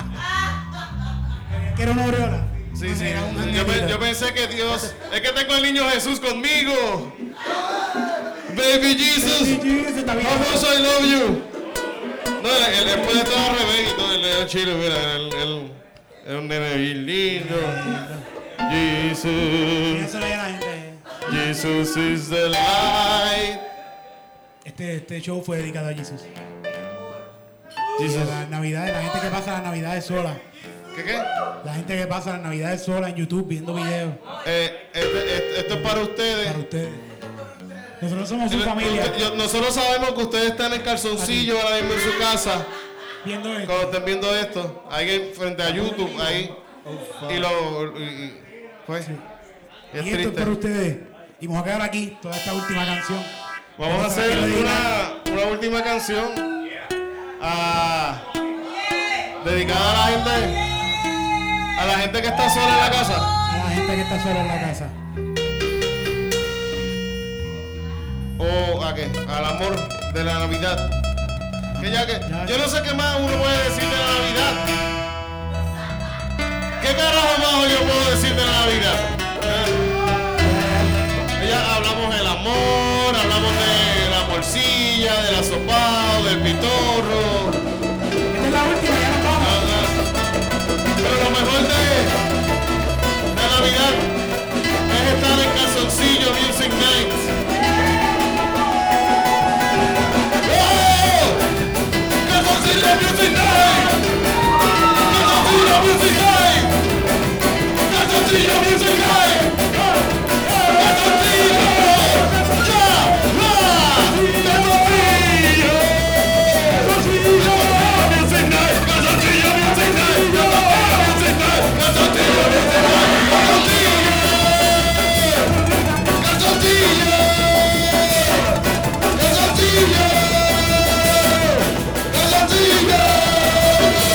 C: que era una aureola.
D: Sí, sí.
C: Era un angelito.
D: Yo pensé que Dios. Es que tengo al niño Jesús conmigo. Baby Jesus.
C: Sí, se está bien.
D: How much I love you. No, él puede estar al revés y todo. Él es chile, mira. Él es un nene bien lindo.
C: Y
D: Jesus.
C: eso le dio a la gente.
D: Jesus is the light.
C: Este show fue dedicado a Jesus. Y
D: Jesus.
C: a las navidades, la gente que pasa las navidades sola.
D: ¿Qué?
C: La gente que pasa las navidades sola en YouTube viendo videos
D: Esto es para ustedes.
C: para ustedes. Nosotros somos su familia
D: Nosotros sabemos que ustedes están en calzoncillo ahora mismo en su casa.
C: viendo esto.
D: Cuando estén viendo esto, ahí frente a YouTube, ahí. Pues, es
C: Y esto es
D: triste.
C: para ustedes. Y vamos a quedar aquí toda esta última canción.
D: Vamos a hacer una última canción dedicada a la gente que está sola en la casa.
C: A la gente que está sola en la casa.
D: ¿O a qué? Al amor de la Navidad. Yo no sé qué más uno puede decir de la Navidad. ¿Qué carajo más yo puedo decir de la Navidad? Ya hablamos del amor, hablamos de la morcilla, del asopado, del pitorro.
C: Esta es la última, ya nos vamos.
D: Pero lo mejor de Navidad es estar en Calzoncillo Music Night. ¡Oh! ¡Calzoncillo Music Night! ¡Calzoncillo Music Night! ¡Calzoncillo Music Night! ¡Calzoncillo! ¡Ya! ¡Calzoncillo! ¡Calzoncillo Music Night! ¡Calzoncillo Music Night! ¡Calzoncillo Music Night! ¡Calzoncillo Music Night! ¡Calzoncillo! ¡Calzoncillo! ¡Calzoncillo!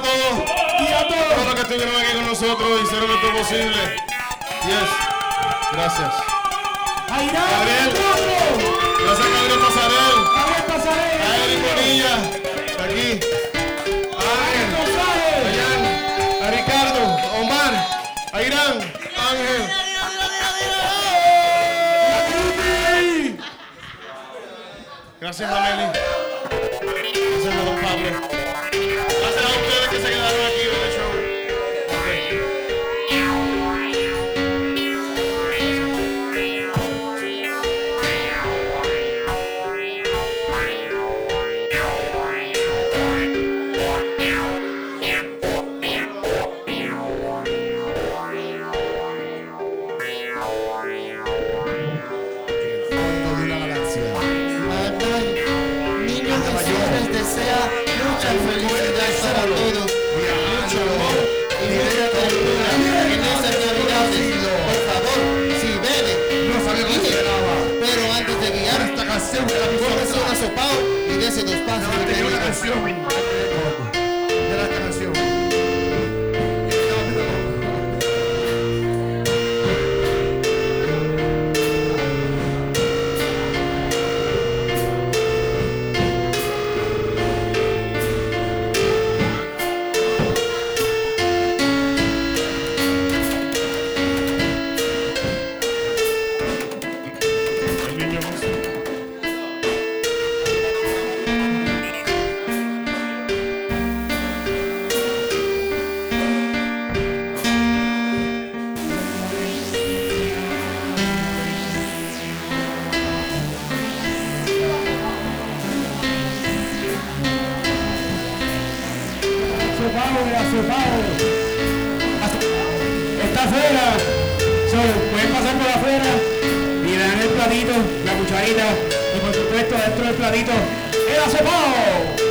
D: todos los que estuvieron aquí con nosotros, hicieron esto posible. Yes. Gracias. Gabriel. Gracias a Gabriel Pasarel. A Eric Bonilla. Aquí. A Ricardo, Omar, a Irán, Ángel. Gracias a Meli. Gracias a Don Pablo. Gracias a ustedes que se quedaron aquí en el show.
E: Desea mucha felicidad para todos, mucho amor y mucha ternura en estas navidades. Por favor, si beben, no guíen, pero antes de guiar, esta canción cómese un asopao y dése dos pasos de
C: Tenía una
E: bebida.
C: canción de la canción. Está afuera. Pueden pasar por afuera y le dan el platito, la cucharita y por supuesto dentro del platito el asopao.